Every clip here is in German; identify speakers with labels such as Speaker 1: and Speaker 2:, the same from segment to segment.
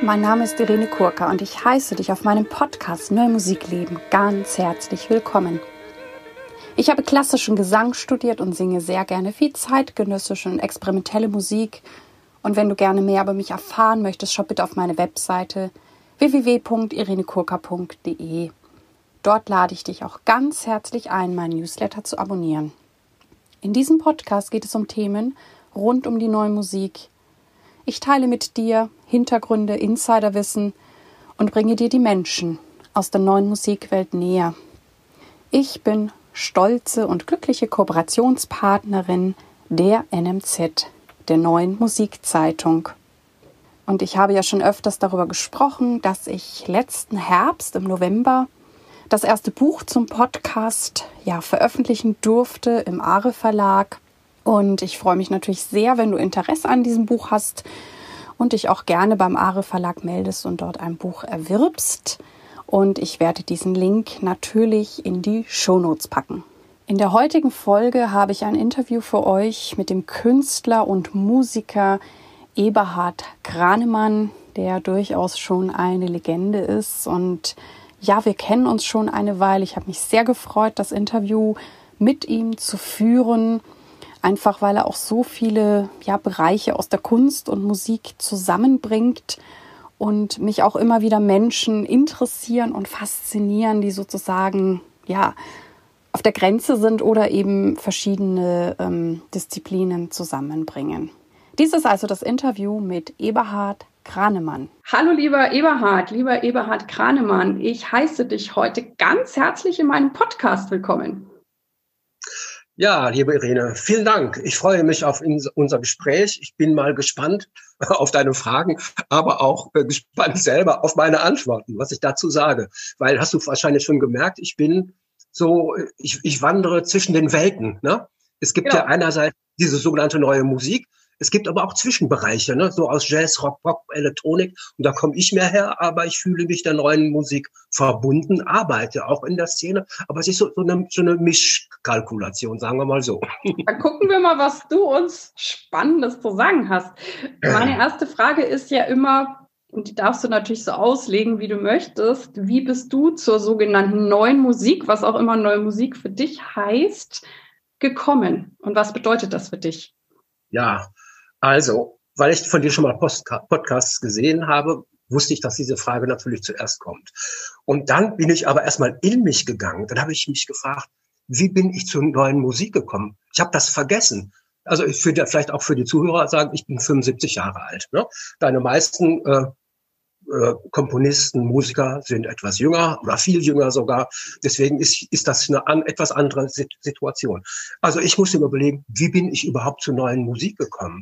Speaker 1: mein Name ist Irene Kurka und ich heiße dich auf meinem Podcast Neue Musik leben ganz herzlich willkommen. Ich habe klassischen Gesang studiert und singe sehr gerne viel zeitgenössische und experimentelle Musik. Und wenn du gerne mehr über mich erfahren möchtest, schau bitte auf meine Webseite www.irenekurka.de. Dort lade ich dich auch ganz herzlich ein, meinen Newsletter zu abonnieren. In diesem Podcast geht es um Themen rund um die neue Musik. Ich teile mit dir Hintergründe, Insiderwissen und bringe dir die Menschen aus der neuen Musikwelt näher. Ich bin stolze und glückliche Kooperationspartnerin der NMZ, der Neuen Musikzeitung. Und ich habe ja schon öfters darüber gesprochen, dass ich letzten Herbst im November das erste Buch zum Podcast veröffentlichen durfte im Are Verlag. Und ich freue mich natürlich sehr, wenn du Interesse an diesem Buch hast und dich auch gerne beim Are Verlag meldest und dort ein Buch erwirbst. Und ich werde diesen Link natürlich in die Shownotes packen. In der heutigen Folge habe ich ein Interview für euch mit dem Künstler und Musiker Eberhard Kranemann, der durchaus schon eine Legende ist. Und ja, wir kennen uns schon eine Weile. Ich habe mich sehr gefreut, das Interview mit ihm zu führen. Einfach weil er auch so viele Bereiche aus der Kunst und Musik zusammenbringt und mich auch immer wieder Menschen interessieren und faszinieren, die sozusagen auf der Grenze sind oder eben verschiedene Disziplinen zusammenbringen. Dies ist also das Interview mit Eberhard Kranemann. Hallo lieber Eberhard Kranemann, ich heiße dich heute ganz herzlich in meinem Podcast willkommen.
Speaker 2: Ja, liebe Irene, vielen Dank. Ich freue mich auf unser Gespräch. Ich bin mal gespannt auf deine Fragen, aber auch gespannt selber auf meine Antworten, was ich dazu sage. Weil, hast du wahrscheinlich schon gemerkt, ich wandere zwischen den Welten. Ne? Es gibt ja einerseits diese sogenannte neue Musik. Es gibt aber auch Zwischenbereiche, ne? So aus Jazz, Rock, Pop, Elektronik. Und da komme ich mehr her, aber ich fühle mich der neuen Musik verbunden, arbeite auch in der Szene. Aber es ist so eine Mischkalkulation, sagen wir mal so.
Speaker 1: Dann gucken wir mal, was du uns Spannendes zu sagen hast. Meine erste Frage ist ja immer, und die darfst du natürlich so auslegen, wie du möchtest, wie bist du zur sogenannten neuen Musik, was auch immer neue Musik für dich heißt, gekommen? Und was bedeutet das für dich?
Speaker 2: Ja, also, weil ich von dir schon mal Podcasts gesehen habe, wusste ich, dass diese Frage natürlich zuerst kommt. Und dann bin ich aber erstmal in mich gegangen. Dann habe ich mich gefragt, wie bin ich zur neuen Musik gekommen? Ich habe das vergessen. Also ich würde vielleicht auch für die Zuhörer sagen, ich bin 75 Jahre alt. Ne? Deine meisten Komponisten, Musiker sind etwas jünger oder viel jünger sogar. Deswegen ist das eine etwas andere Situation. Also ich musste mir überlegen, wie bin ich überhaupt zur neuen Musik gekommen?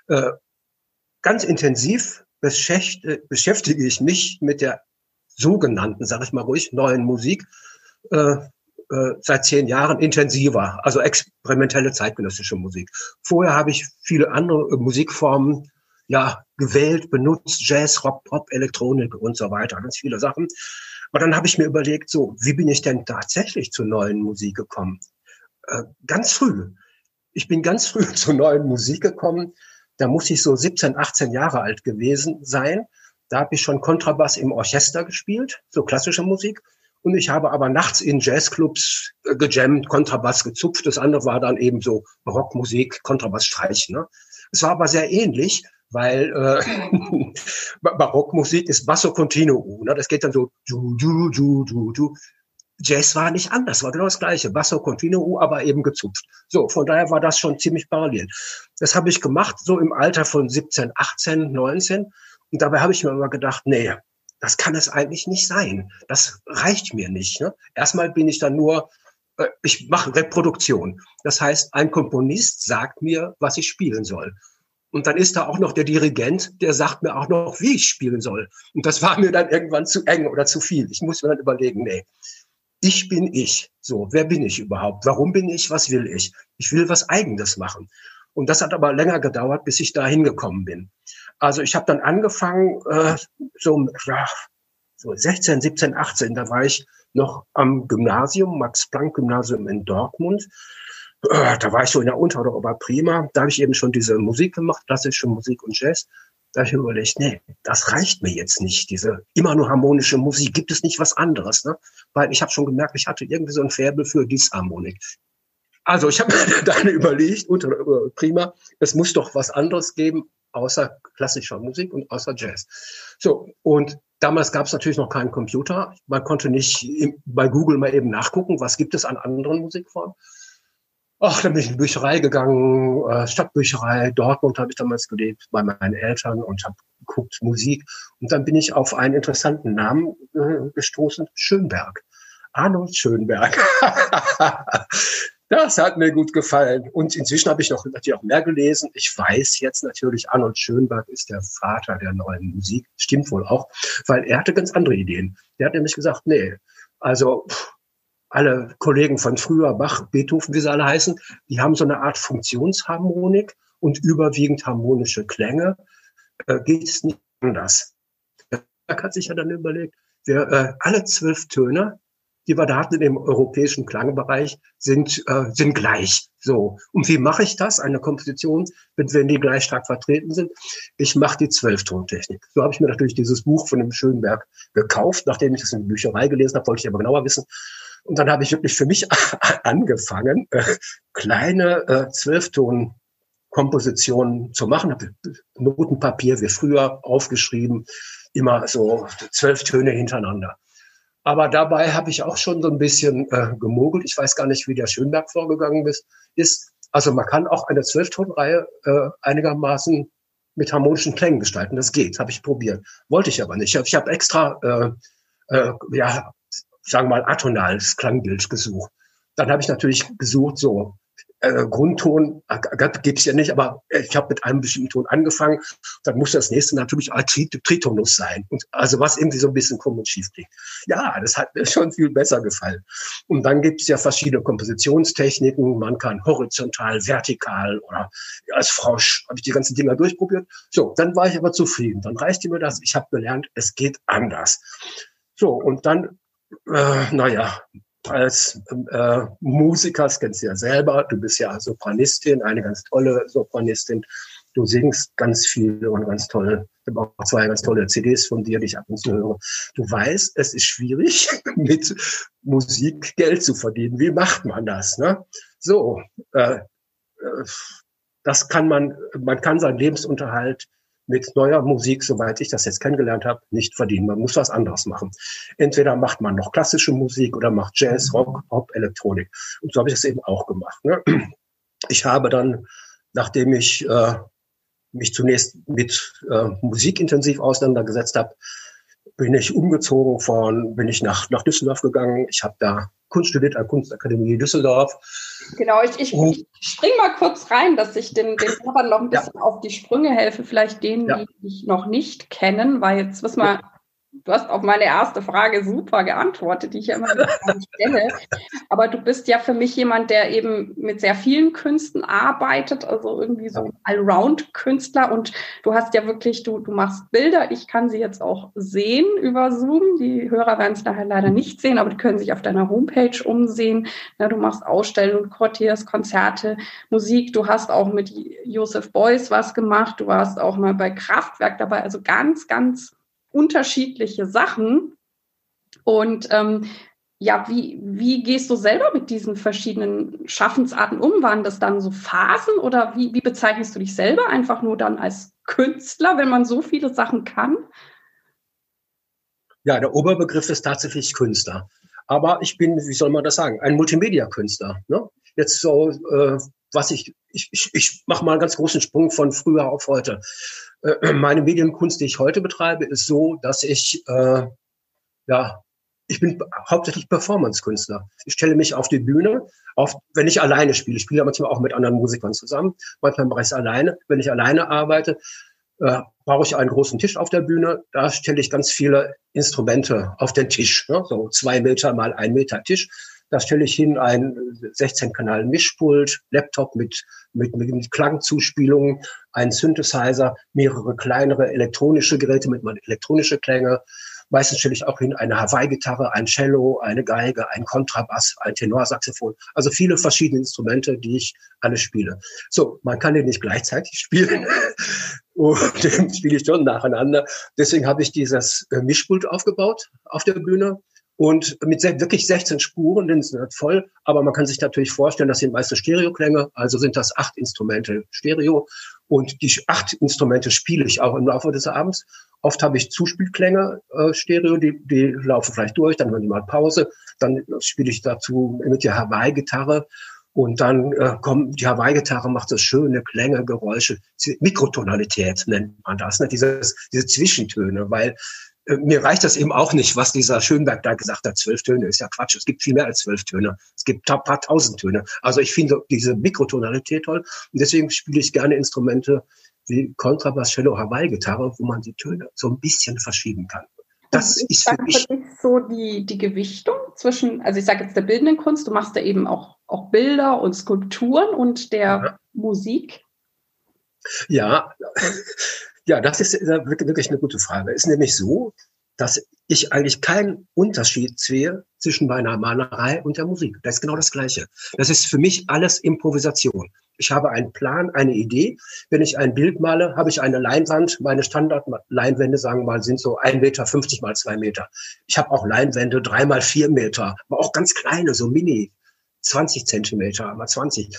Speaker 2: Ganz intensiv beschäftige ich mich mit der sogenannten, sage ich mal ruhig, neuen Musik seit 10 Jahren intensiver, also experimentelle zeitgenössische Musik. Vorher habe ich viele andere Musikformen gewählt, benutzt, Jazz, Rock, Pop, Elektronik und so weiter, ganz viele Sachen. Und dann habe ich mir überlegt, so, wie bin ich denn tatsächlich zur neuen Musik gekommen? Ganz früh. Ich bin ganz früh zur neuen Musik gekommen. Da muss ich so 17, 18 Jahre alt gewesen sein. Da habe ich schon Kontrabass im Orchester gespielt, so klassische Musik. Und ich habe aber nachts in Jazzclubs gejammt, Kontrabass gezupft. Das andere war dann eben so Rockmusik, Kontrabassstreich. Ne? Es war aber sehr ähnlich, weil Barockmusik ist Basso continuo. Ne? Das geht dann so du. Jazz war nicht anders, war genau das Gleiche. Basso continuo, aber eben gezupft. So, von daher war das schon ziemlich parallel. Das habe ich gemacht, so im Alter von 17, 18, 19. Und dabei habe ich mir immer gedacht, nee, das kann es eigentlich nicht sein. Das reicht mir nicht. Ne? Erstmal bin ich dann nur, ich mache Reproduktion. Das heißt, ein Komponist sagt mir, was ich spielen soll. Und dann ist da auch noch der Dirigent, der sagt mir auch noch, wie ich spielen soll. Und das war mir dann irgendwann zu eng oder zu viel. Ich muss mir dann überlegen, nee, ich bin ich. So, wer bin ich überhaupt? Warum bin ich? Was will ich? Ich will was Eigenes machen. Und das hat aber länger gedauert, bis ich da hingekommen bin. Also ich habe dann angefangen, so 16, 17, 18, da war ich noch am Gymnasium, Max-Planck-Gymnasium in Dortmund. Da war ich so in der Unter- oder Oberprima. Da habe ich eben schon diese Musik gemacht, klassische Musik und Jazz. Da habe ich mir überlegt, nee, das reicht mir jetzt nicht, diese immer nur harmonische Musik. Gibt es nicht was anderes? Ne? Weil ich habe schon gemerkt, ich hatte irgendwie so ein Faible für Disharmonik. Also ich habe mir dann überlegt, prima, es muss doch was anderes geben, außer klassischer Musik und außer Jazz. So, und damals gab es natürlich noch keinen Computer. Man konnte nicht bei Google mal eben nachgucken, was gibt es an anderen Musikformen. Ach, dann bin ich in die Bücherei gegangen, Stadtbücherei, Dortmund habe ich damals gelebt, bei meinen Eltern und habe geguckt, Musik. Und dann bin ich auf einen interessanten Namen gestoßen, Schönberg. Arnold Schönberg. Das hat mir gut gefallen. Und inzwischen habe ich natürlich auch mehr gelesen. Ich weiß jetzt natürlich, Arnold Schönberg ist der Vater der neuen Musik. Stimmt wohl auch, weil er hatte ganz andere Ideen. Der hat nämlich gesagt, nee, also alle Kollegen von früher, Bach, Beethoven, wie sie alle heißen, die haben so eine Art Funktionsharmonik und überwiegend harmonische Klänge. Geht es nicht anders? Er hat sich ja dann überlegt, alle 12 Töne, die wir da hatten in dem europäischen Klangbereich, sind gleich. So. Und wie mache ich das? Eine Komposition, wenn die gleich stark vertreten sind? Ich mache die 12-Tontechnik. So habe ich mir natürlich dieses Buch von dem Schönberg gekauft. Nachdem ich das in der Bücherei gelesen habe, wollte ich aber genauer wissen. Und dann habe ich wirklich für mich angefangen, kleine 12-Ton-Kompositionen zu machen. Habe Notenpapier wie früher aufgeschrieben, immer so 12 Töne hintereinander. Aber dabei habe ich auch schon so ein bisschen gemogelt. Ich weiß gar nicht, wie der Schönberg vorgegangen ist. Also man kann auch eine 12-Ton-Reihe einigermaßen mit harmonischen Klängen gestalten. Das geht, habe ich probiert. Wollte ich aber nicht. Ich habe extra, sagen wir mal, atonales Klangbild gesucht. Dann habe ich natürlich gesucht, so Grundton gibt's ja nicht, aber ich habe mit einem bestimmten Ton angefangen. Dann muss das nächste natürlich Tritonus sein. Und also was irgendwie so ein bisschen krumm und schief klingt. Ja, das hat mir schon viel besser gefallen. Und dann gibt's ja verschiedene Kompositionstechniken. Man kann horizontal, vertikal oder als Frosch habe ich die ganzen Dinger durchprobiert. So, dann war ich aber zufrieden. Dann reichte mir das. Ich habe gelernt, es geht anders. So, und dann, als Musiker, das kennst du ja selber, du bist ja Sopranistin, eine ganz tolle Sopranistin. Du singst ganz viel und ganz toll. Ich habe auch 2 ganz tolle CDs von dir, die ich ab und zu höre. Du weißt, es ist schwierig, mit Musik Geld zu verdienen. Wie macht man das? Ne? So, das kann man kann seinen Lebensunterhalt mit neuer Musik, soweit ich das jetzt kennengelernt habe, nicht verdienen. Man muss was anderes machen. Entweder macht man noch klassische Musik oder macht Jazz, Rock, Pop, Elektronik. Und so habe ich das eben auch gemacht. Ne? Ich habe dann, nachdem ich mich zunächst mit Musik intensiv auseinandergesetzt habe, bin ich bin ich nach Düsseldorf gegangen. Ich habe da Kunst studiert an der Kunstakademie Düsseldorf.
Speaker 1: Genau, ich spring mal kurz rein, dass ich den Hörern noch ein bisschen auf die Sprünge helfe, vielleicht denen, die dich noch nicht kennen, weil jetzt wissen wir, du hast auf meine erste Frage super geantwortet, die ich ja immer wieder stelle. Aber du bist ja für mich jemand, der eben mit sehr vielen Künsten arbeitet, also irgendwie so ein Allround-Künstler. Und du hast ja wirklich, du machst Bilder. Ich kann sie jetzt auch sehen über Zoom. Die Hörer werden es nachher leider nicht sehen, aber die können sich auf deiner Homepage umsehen. Ja, du machst Ausstellungen, Quartiers, Konzerte, Musik. Du hast auch mit Joseph Beuys was gemacht. Du warst auch mal bei Kraftwerk dabei. Also ganz, ganz unterschiedliche Sachen. Und wie gehst du selber mit diesen verschiedenen Schaffensarten um? Waren das dann so Phasen oder wie bezeichnest du dich selber einfach nur dann als Künstler, wenn man so viele Sachen kann?
Speaker 2: Ja, der Oberbegriff ist tatsächlich Künstler. Aber ich bin, wie soll man das sagen, ein Multimedia-Künstler. Ne? Jetzt so, ich mache mal einen ganz großen Sprung von früher auf heute. Meine Medienkunst, die ich heute betreibe, ist so, dass ich bin hauptsächlich Performance-Künstler. Ich stelle mich auf die Bühne, wenn ich alleine spiele. Ich spiele manchmal auch mit anderen Musikern zusammen. Manchmal mache ich es alleine. Wenn ich alleine arbeite, brauche ich einen großen Tisch auf der Bühne. Da stelle ich ganz viele Instrumente auf den Tisch. Ne? So 2 Meter mal 1 Meter Tisch. Da stelle ich hin ein 16-Kanal-Mischpult, Laptop mit Klangzuspielungen, einen Synthesizer, mehrere kleinere elektronische Geräte mit elektronische Klänge. Meistens stelle ich auch hin eine Hawaii-Gitarre, ein Cello, eine Geige, ein Kontrabass, ein Tenorsaxophon. Also viele verschiedene Instrumente, die ich alle spiele. So, man kann die nicht gleichzeitig spielen. und den spiele ich schon nacheinander. Deswegen habe ich dieses Mischpult aufgebaut auf der Bühne und mit wirklich 16 Spuren, den sind voll, aber man kann sich natürlich vorstellen, das sind meistens Stereoklänge, also sind das 8 Instrumente Stereo und die 8 Instrumente spiele ich auch im Laufe des Abends. Oft habe ich Zuspielklänge Stereo, die laufen vielleicht durch, dann hören die mal Pause, dann spiele ich dazu mit der Hawaii-Gitarre und dann kommt die Hawaii-Gitarre, macht so schöne Klänge, Geräusche, Mikrotonalität nennt man das, ne? Diese Zwischentöne, weil mir reicht das eben auch nicht, was dieser Schönberg da gesagt hat, 12 Töne, ist ja Quatsch. Es gibt viel mehr als 12 Töne. Es gibt ein paar tausend Töne. Also ich finde diese Mikrotonalität toll. Und deswegen spiele ich gerne Instrumente wie Kontrabass, Cello, Hawaii-Gitarre, wo man die Töne so ein bisschen verschieben kann. Das ist für mich
Speaker 1: so die Gewichtung zwischen, also ich sage jetzt der bildenden Kunst, du machst ja eben auch Bilder und Skulpturen und der Musik.
Speaker 2: Ja, ja, das ist wirklich eine gute Frage. Es ist nämlich so, dass ich eigentlich keinen Unterschied sehe zwischen meiner Malerei und der Musik. Das ist genau das Gleiche. Das ist für mich alles Improvisation. Ich habe einen Plan, eine Idee. Wenn ich ein Bild male, habe ich eine Leinwand. Meine Standardleinwände, sagen wir mal, sind so 1,50 Meter mal 2 Meter. Ich habe auch Leinwände 3 mal 4 Meter, aber auch ganz kleine, so mini, 20 Zentimeter mal 20.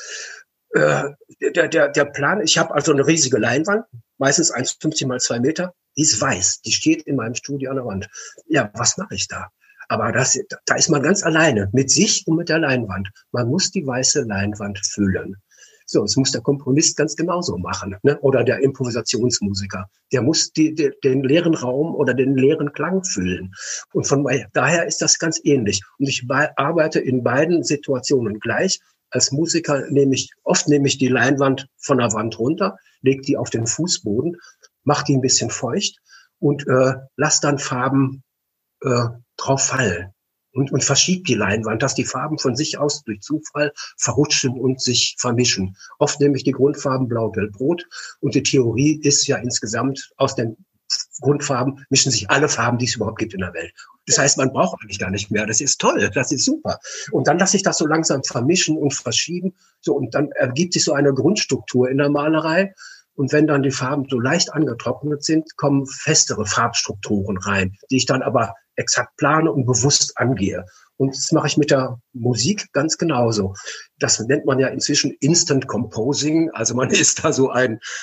Speaker 2: Der Plan, ich habe also eine riesige Leinwand, meistens 1,50 mal 2 Meter, die ist weiß, die steht in meinem Studio an der Wand. Ja, was mache ich da? Aber da ist man ganz alleine mit sich und mit der Leinwand. Man muss die weiße Leinwand füllen. So, das muss der Komponist ganz genauso machen, ne? Oder der Improvisationsmusiker. Der muss den leeren Raum oder den leeren Klang füllen. Und von daher ist das ganz ähnlich. Und ich arbeite in beiden Situationen gleich. Als Musiker nehme ich die Leinwand von der Wand runter, lege die auf den Fußboden, mache die ein bisschen feucht und lass dann Farben drauf fallen und verschiebe die Leinwand, dass die Farben von sich aus durch Zufall verrutschen und sich vermischen. Oft nehme ich die Grundfarben Blau, Gelb, Rot und die Theorie ist ja insgesamt aus den Grundfarben mischen sich alle Farben, die es überhaupt gibt in der Welt. Das heißt, man braucht eigentlich gar nicht mehr. Das ist toll, das ist super. Und dann lasse ich das so langsam vermischen und verschieben. So, und dann ergibt sich so eine Grundstruktur in der Malerei. Und wenn dann die Farben so leicht angetrocknet sind, kommen festere Farbstrukturen rein, die ich dann aber exakt plane und bewusst angehe. Und das mache ich mit der Musik ganz genauso. Das nennt man ja inzwischen Instant Composing. Also man ist da so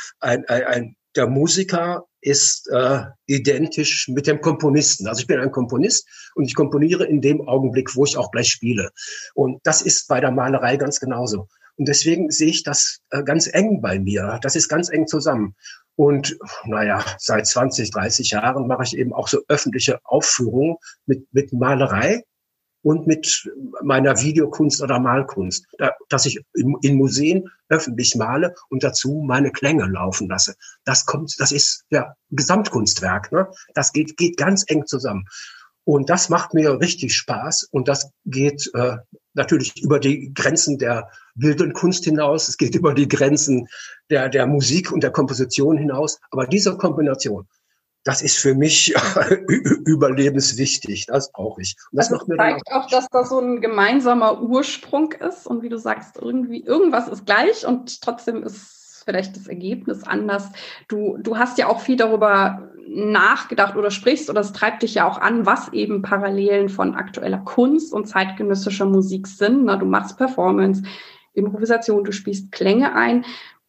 Speaker 2: der Musiker ist identisch mit dem Komponisten. Also ich bin ein Komponist und ich komponiere in dem Augenblick, wo ich auch gleich spiele. Und das ist bei der Malerei ganz genauso. Und deswegen sehe ich das ganz eng bei mir. Das ist ganz eng zusammen. Und seit 20, 30 Jahren mache ich eben auch so öffentliche Aufführungen mit Malerei und mit meiner Videokunst oder Malkunst, dass ich in Museen öffentlich male und dazu meine Klänge laufen lasse. Das ist ja Gesamtkunstwerk, ne? Das geht ganz eng zusammen. Und das macht mir richtig Spaß und das geht natürlich über die Grenzen der bildenden Kunst hinaus. Es geht über die Grenzen der Musik und der Komposition hinaus. Aber diese Kombination, das ist für mich überlebenswichtig. Das brauche ich. Und das
Speaker 1: macht mir zeigt auch, dass da so ein gemeinsamer Ursprung ist. Und wie du sagst, irgendwas ist gleich und trotzdem ist vielleicht das Ergebnis anders. Du hast ja auch viel darüber nachgedacht oder sprichst oder es treibt dich ja auch an, was eben Parallelen von aktueller Kunst und zeitgenössischer Musik sind. Na, du machst Performance, Improvisation, du spielst Klänge ein.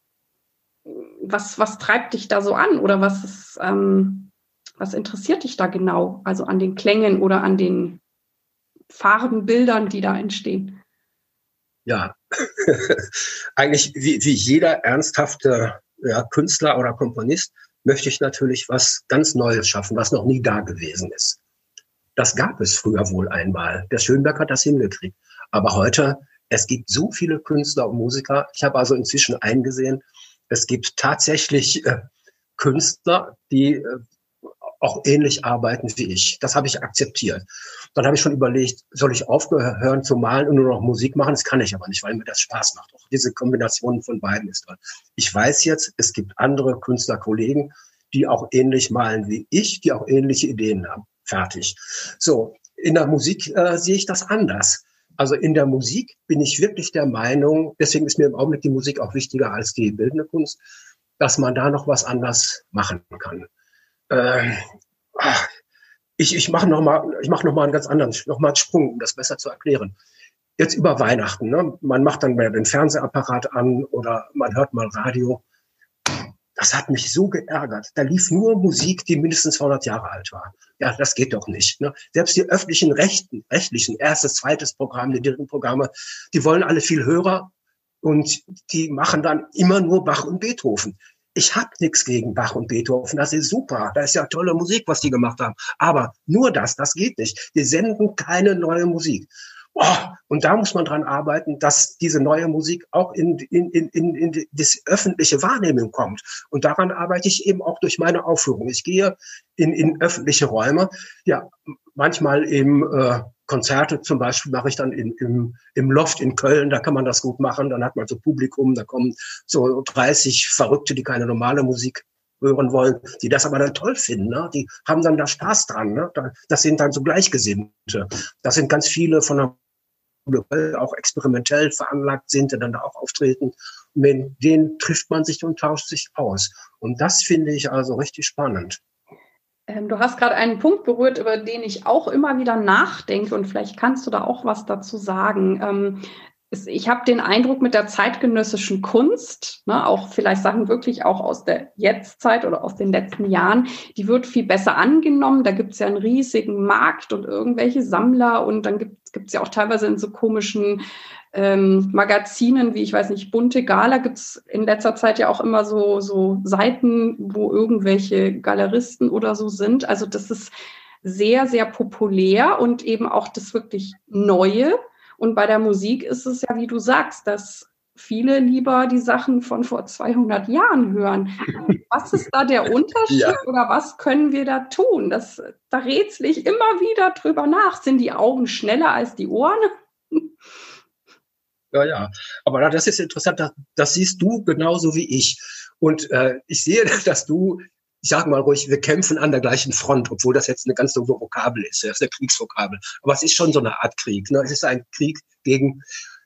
Speaker 1: Was treibt dich da so an oder was interessiert dich da genau? Also an den Klängen oder an den Farbenbildern, die da entstehen?
Speaker 2: Ja, eigentlich wie jeder ernsthafte Künstler oder Komponist möchte ich natürlich was ganz Neues schaffen, was noch nie da gewesen ist. Das gab es früher wohl einmal. Der Schönberg hat das hingekriegt. Aber heute, es gibt so viele Künstler und Musiker. Ich habe also inzwischen eingesehen, es gibt tatsächlich Künstler, die auch ähnlich arbeiten wie ich. Das habe ich akzeptiert. Dann habe ich schon überlegt, soll ich aufhören zu malen und nur noch Musik machen? Das kann ich aber nicht, weil mir das Spaß macht. Auch diese Kombination von beiden ist toll. Ich weiß jetzt, es gibt andere Künstlerkollegen, die auch ähnlich malen wie ich, die auch ähnliche Ideen haben. Fertig. So, in der Musik sehe ich das anders. Also in der Musik bin ich wirklich der Meinung, deswegen ist mir im Augenblick die Musik auch wichtiger als die bildende Kunst. dass man da noch was anders machen kann. Ähm, ich mache noch mal einen ganz anderen, noch mal einen Sprung, um das besser zu erklären. Jetzt über Weihnachten, ne? Man macht dann mal den Fernsehapparat an oder man hört mal Radio. Das hat mich so geärgert. Da lief nur Musik, die mindestens 200 Jahre alt war. Ja, das geht doch nicht. Ne? Selbst die öffentlichen rechtlichen, erstes, zweites Programm, die dritten Programme, die wollen alle viel höher und die machen dann immer nur Bach und Beethoven. Ich habe nichts gegen Bach und Beethoven, das ist super, das ist ja tolle Musik, was die gemacht haben. Aber nur das geht nicht. Wir senden keine neue Musik. Oh, und da muss man dran arbeiten, dass diese neue Musik auch in das öffentliche Wahrnehmung kommt. Und daran arbeite ich eben auch durch meine Aufführung. Ich gehe in öffentliche Räume, ja, manchmal im Konzerte zum Beispiel mache ich dann im Loft in Köln, da kann man das gut machen, dann hat man so Publikum, da kommen so 30 Verrückte, die keine normale Musik hören wollen, die das aber dann toll finden, ne? Die haben dann da Spaß dran, ne? Das sind dann so Gleichgesinnte. Das sind ganz viele von der auch experimentell veranlagt sind, die dann da auch auftreten. Und mit denen trifft man sich und tauscht sich aus. Und das finde ich also richtig spannend.
Speaker 1: Du hast gerade einen Punkt berührt, über den ich auch immer wieder nachdenke und vielleicht kannst du da auch was dazu sagen. Ich habe den Eindruck, mit der zeitgenössischen Kunst, ne, auch vielleicht Sachen wirklich auch aus der Jetztzeit oder aus den letzten Jahren, die wird viel besser angenommen. Da gibt es ja einen riesigen Markt und irgendwelche Sammler und dann gibt's ja auch teilweise in so komischen Magazinen wie, ich weiß nicht, Bunte Gala, gibt's in letzter Zeit ja auch immer so Seiten, wo irgendwelche Galeristen oder so sind. Also das ist sehr, sehr populär und eben auch das wirklich Neue. Und bei der Musik ist es ja, wie du sagst, dass viele lieber die Sachen von vor 200 Jahren hören. Was ist da der Unterschied oder was können wir da tun? Da rätsel ich immer wieder drüber nach. Sind die Augen schneller als die Ohren?
Speaker 2: Ja, aber das ist interessant, das siehst du genauso wie ich. Und ich sehe, dass du, ich sage mal ruhig, wir kämpfen an der gleichen Front, obwohl das jetzt eine ganz dumme Vokabel ist. Das ist eine Kriegsvokabel. Aber es ist schon so eine Art Krieg. Ne? Es ist ein Krieg gegen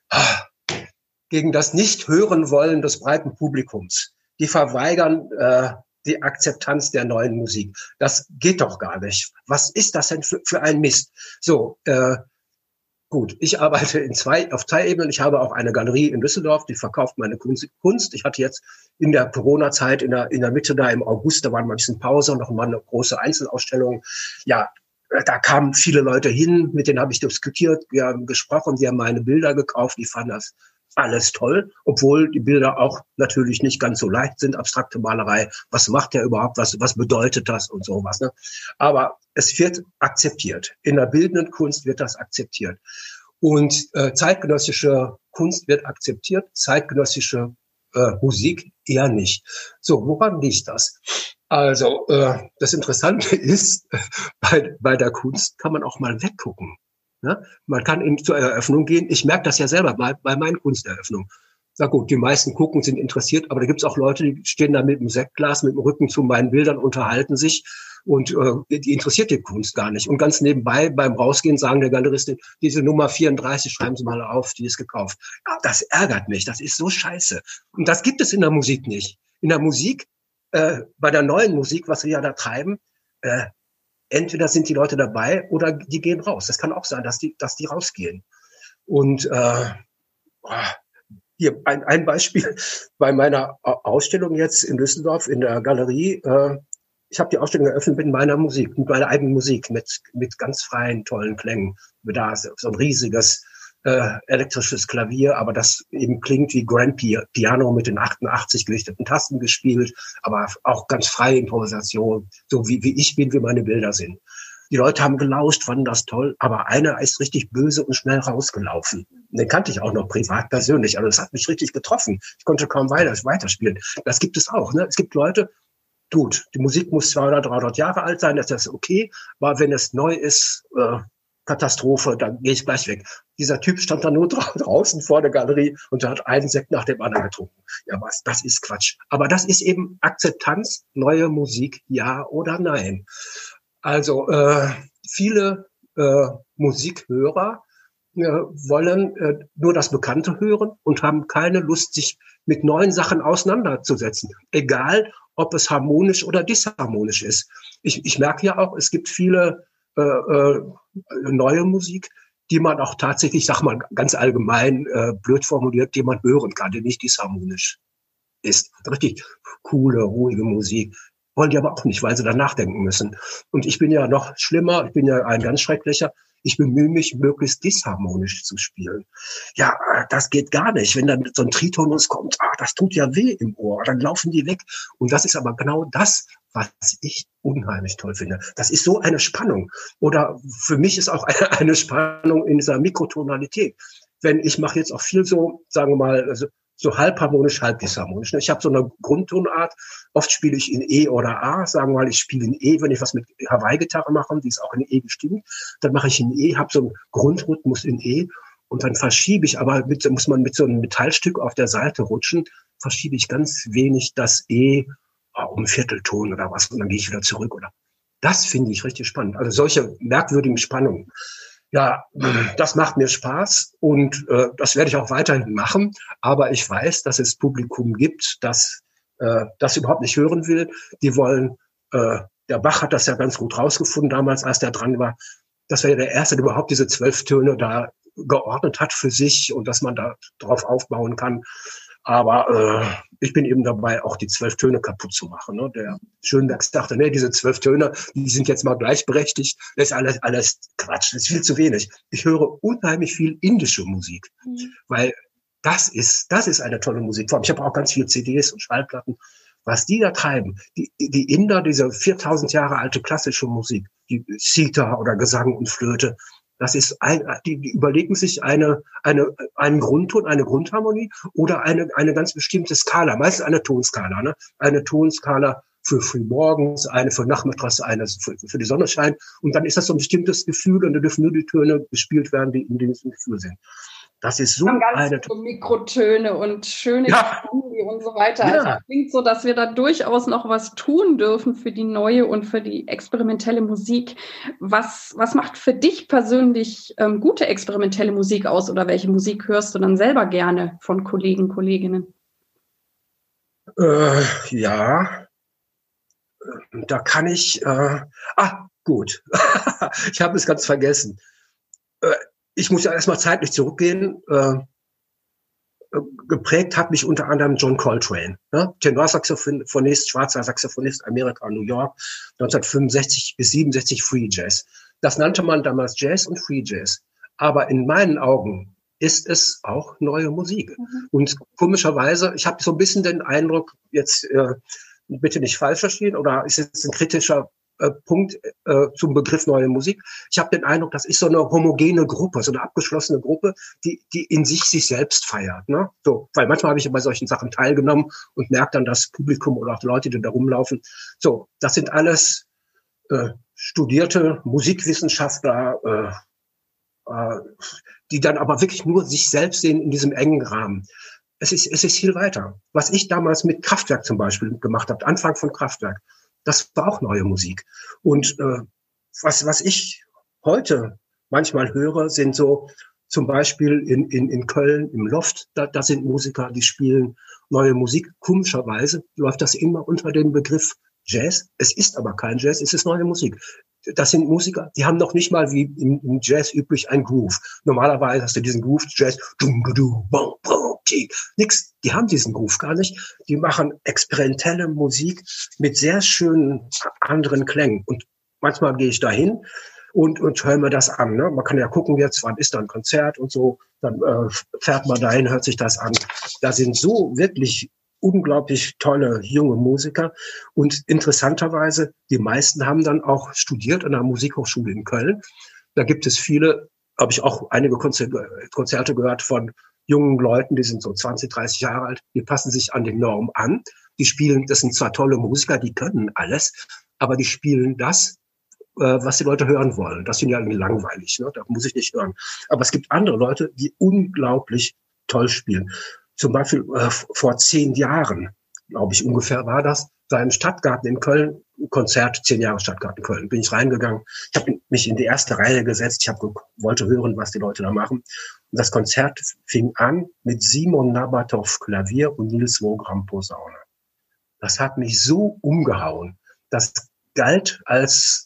Speaker 2: das Nicht-Hören-Wollen des breiten Publikums. Die verweigern die Akzeptanz der neuen Musik. Das geht doch gar nicht. Was ist das denn für ein Mist? So, gut, ich arbeite auf zwei Ebenen. Ich habe auch eine Galerie in Düsseldorf, die verkauft meine Kunst. Ich hatte jetzt in der Corona-Zeit, in der Mitte da im August, da war mal ein bisschen Pause und noch mal eine große Einzelausstellung. Ja, da kamen viele Leute hin, mit denen habe ich diskutiert, wir haben gesprochen, die haben meine Bilder gekauft, die fanden das alles toll, obwohl die Bilder auch natürlich nicht ganz so leicht sind, abstrakte Malerei. Was macht der überhaupt? Was bedeutet das und sowas, ne? Aber es wird akzeptiert. In der bildenden Kunst wird das akzeptiert. Und zeitgenössische Kunst wird akzeptiert, zeitgenössische Musik eher nicht. So, woran liegt das? Also, das Interessante ist, bei der Kunst kann man auch mal weggucken. Ne? Man kann eben zur Eröffnung gehen. Ich merke das ja selber bei meinen Kunsteröffnungen. Na gut, die meisten gucken, sind interessiert, aber da gibt es auch Leute, die stehen da mit dem Sektglas, mit dem Rücken zu meinen Bildern, unterhalten sich und die interessiert die Kunst gar nicht. Und ganz nebenbei beim Rausgehen sagen der Galeristin, diese Nummer 34, schreiben Sie mal auf, die ist gekauft. Ja, das ärgert mich, das ist so scheiße. Und das gibt es in der Musik nicht. In der Musik, bei der neuen Musik, was wir ja da treiben, entweder sind die Leute dabei oder die gehen raus. Das kann auch sein, dass die rausgehen. Und hier ein Beispiel bei meiner Ausstellung jetzt in Düsseldorf in der Galerie. Ich habe die Ausstellung eröffnet mit meiner Musik, mit meiner eigenen Musik, mit ganz freien, tollen Klängen. Da ist so ein riesiges elektrisches Klavier, aber das eben klingt wie Grand Piano mit den 88 gelichteten Tasten gespielt, aber auch ganz freie Improvisation, so wie ich bin, wie meine Bilder sind. Die Leute haben gelauscht, fanden das toll, aber einer ist richtig böse und schnell rausgelaufen. Den kannte ich auch noch privat persönlich, also das hat mich richtig getroffen. Ich konnte kaum weiterspielen. Das gibt es auch, ne? Es gibt Leute, gut, die Musik muss 200, 300 Jahre alt sein, das ist okay, aber wenn es neu ist, Katastrophe, dann gehe ich gleich weg. Dieser Typ stand da nur draußen vor der Galerie und hat einen Sekt nach dem anderen getrunken. Ja, das ist Quatsch. Aber das ist eben Akzeptanz, neue Musik, ja oder nein. Also viele Musikhörer wollen nur das Bekannte hören und haben keine Lust, sich mit neuen Sachen auseinanderzusetzen. Egal, ob es harmonisch oder disharmonisch ist. Ich merke ja auch, es gibt viele neue Musik, die man auch tatsächlich, sag mal ganz allgemein, blöd formuliert, die man hören kann, die nicht disharmonisch ist. Richtig coole, ruhige Musik. Wollen die aber auch nicht, weil sie dann nachdenken müssen. Und ich bin ja noch schlimmer, ich bin ja ein ganz schrecklicher. Ich bemühe mich, möglichst disharmonisch zu spielen. Ja, das geht gar nicht. Wenn dann so ein Tritonus kommt, das tut ja weh im Ohr, dann laufen die weg. Und das ist aber genau das, was ich unheimlich toll finde. Das ist so eine Spannung. Oder für mich ist auch eine Spannung in dieser Mikrotonalität. Wenn ich mache jetzt auch viel so, sagen wir mal, also so halbharmonisch, halb disharmonisch. Ich habe so eine Grundtonart. Oft spiele ich in E oder A. Sagen wir mal, ich spiele in E, wenn ich was mit Hawaii-Gitarre mache, die ist auch in E gestimmt. Dann mache ich in E, habe so einen Grundrhythmus in E und dann verschiebe ich, aber muss man mit so einem Metallstück auf der Seite rutschen, verschiebe ich ganz wenig das E um einen Viertelton oder was und dann gehe ich wieder zurück. Oder das finde ich richtig spannend. Also solche merkwürdigen Spannungen. Ja, das macht mir Spaß und das werde ich auch weiterhin machen. Aber ich weiß, dass es Publikum gibt, das das überhaupt nicht hören will. Die wollen, der Bach hat das ja ganz gut rausgefunden damals, als der dran war. Das war ja der Erste, der überhaupt diese 12 Töne da geordnet hat für sich und dass man da drauf aufbauen kann. Aber ich bin eben dabei, auch die 12 Töne kaputt zu machen. Ne? Der Schönberg dachte, nee, diese 12 Töne, die sind jetzt mal gleichberechtigt. Das ist alles Quatsch, das ist viel zu wenig. Ich höre unheimlich viel indische Musik, weil das ist eine tolle Musikform. Ich habe auch ganz viele CDs und Schallplatten. Was die da treiben, die Inder, diese 4000 Jahre alte klassische Musik, die Sitar oder Gesang und Flöte, das ist die überlegen sich einen Grundton, eine Grundharmonie oder eine ganz bestimmte Skala, meistens eine Tonskala, ne? Eine Tonskala für frühmorgens, eine für nachmittags, eine für die Sonne scheint. Und dann ist das so ein bestimmtes Gefühl und da dürfen nur die Töne gespielt werden, die in diesem Gefühl sind. Das ist so
Speaker 1: eine Mikrotöne und schöne Harmonie und so weiter. Ja. Also es klingt so, dass wir da durchaus noch was tun dürfen für die neue und für die experimentelle Musik. Was macht für dich persönlich gute experimentelle Musik aus oder welche Musik hörst du dann selber gerne von Kollegen, Kolleginnen?
Speaker 2: Ja, da kann ich, gut, ich habe es ganz vergessen. Ich muss ja erstmal zeitlich zurückgehen. Geprägt hat mich unter anderem John Coltrane, ne? Tenorsaxophonist, schwarzer Saxophonist, Amerika, New York, 1965 bis 67 Free Jazz. Das nannte man damals Jazz und Free Jazz. Aber in meinen Augen ist es auch neue Musik. Und komischerweise, ich habe so ein bisschen den Eindruck, jetzt bitte nicht falsch verstehen, oder ist jetzt ein kritischer Punkt zum Begriff neue Musik. Ich habe den Eindruck, das ist so eine homogene Gruppe, so eine abgeschlossene Gruppe, die in sich selbst feiert. Ne? So, weil manchmal habe ich bei solchen Sachen teilgenommen und merke dann, das Publikum oder auch die Leute, die da rumlaufen, so, das sind alles studierte Musikwissenschaftler, die dann aber wirklich nur sich selbst sehen in diesem engen Rahmen. Es ist viel weiter. Was ich damals mit Kraftwerk zum Beispiel gemacht habe, Anfang von Kraftwerk, das war auch neue Musik. Und was ich heute manchmal höre, sind so zum Beispiel in Köln im Loft, da sind Musiker, die spielen neue Musik. Komischerweise läuft das immer unter dem Begriff Jazz. Es ist aber kein Jazz, es ist neue Musik. Das sind Musiker, die haben noch nicht mal wie im Jazz üblich ein Groove. Normalerweise hast du diesen Groove Jazz, nix. Die haben diesen Groove gar nicht. Die machen experimentelle Musik mit sehr schönen anderen Klängen. Und manchmal gehe ich dahin und höre mir das an. Ne? Man kann ja gucken jetzt, wann ist da ein Konzert und so. Dann fährt man dahin, hört sich das an. Da sind so wirklich unglaublich tolle junge Musiker. Und interessanterweise, die meisten haben dann auch studiert an der Musikhochschule in Köln. Da gibt es viele, habe ich auch einige Konzerte gehört von jungen Leuten, die sind so 20, 30 Jahre alt, die passen sich an den Normen an. Die spielen, das sind zwar tolle Musiker, die können alles, aber die spielen das, was die Leute hören wollen. Das sind ja irgendwie langweilig, ne? Da muss ich nicht hören. Aber es gibt andere Leute, die unglaublich toll spielen. Zum Beispiel vor 10 Jahren, glaube ich, ungefähr war das seinem Stadtgarten in Köln, Konzert, 10 Jahre Stadtgarten Köln, bin ich reingegangen. Ich habe mich in die erste Reihe gesetzt. Wollte hören, was die Leute da machen. Und das Konzert fing an mit Simon Nabatow Klavier und Nils Wogram Posaune. Das hat mich so umgehauen. Das galt als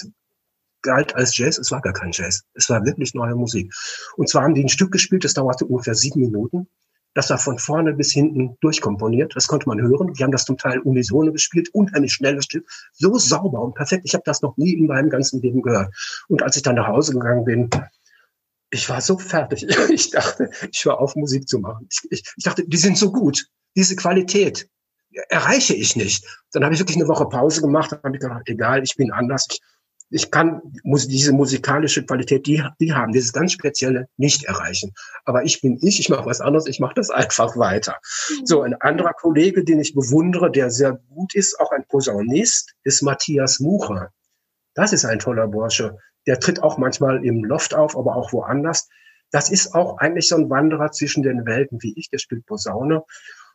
Speaker 2: Jazz. Es war gar kein Jazz. Es war wirklich neue Musik. Und zwar haben die ein Stück gespielt, das dauerte ungefähr 7 Minuten. Das war von vorne bis hinten durchkomponiert. Das konnte man hören. Die haben das zum Teil unisono gespielt, unheimlich schnelles Stück, so sauber und perfekt. Ich habe das noch nie in meinem ganzen Leben gehört. Und als ich dann nach Hause gegangen bin, ich war so fertig. Ich dachte, ich höre auf, Musik zu machen. Ich dachte, die sind so gut. Diese Qualität erreiche ich nicht. Dann habe ich wirklich eine Woche Pause gemacht. Dann habe ich gedacht, egal, ich bin anders. Ich kann diese musikalische Qualität, die haben, dieses ganz Spezielle nicht erreichen. Aber ich mache was anderes, ich mache das einfach weiter. So, ein anderer Kollege, den ich bewundere, der sehr gut ist, auch ein Posaunist, ist Matthias Mucher. Das ist ein toller Bursche. Der tritt auch manchmal im Loft auf, aber auch woanders. Das ist auch eigentlich so ein Wanderer zwischen den Welten wie ich. Der spielt Posaune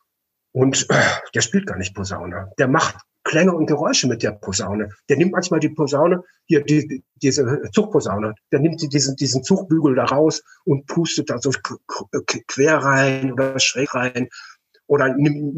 Speaker 2: und der spielt gar nicht Posaune. Der macht Klänge und Geräusche mit der Posaune. Der nimmt manchmal die Posaune, hier diese Zugposaune, der nimmt diesen Zugbügel da raus und pustet da so quer rein oder schräg rein oder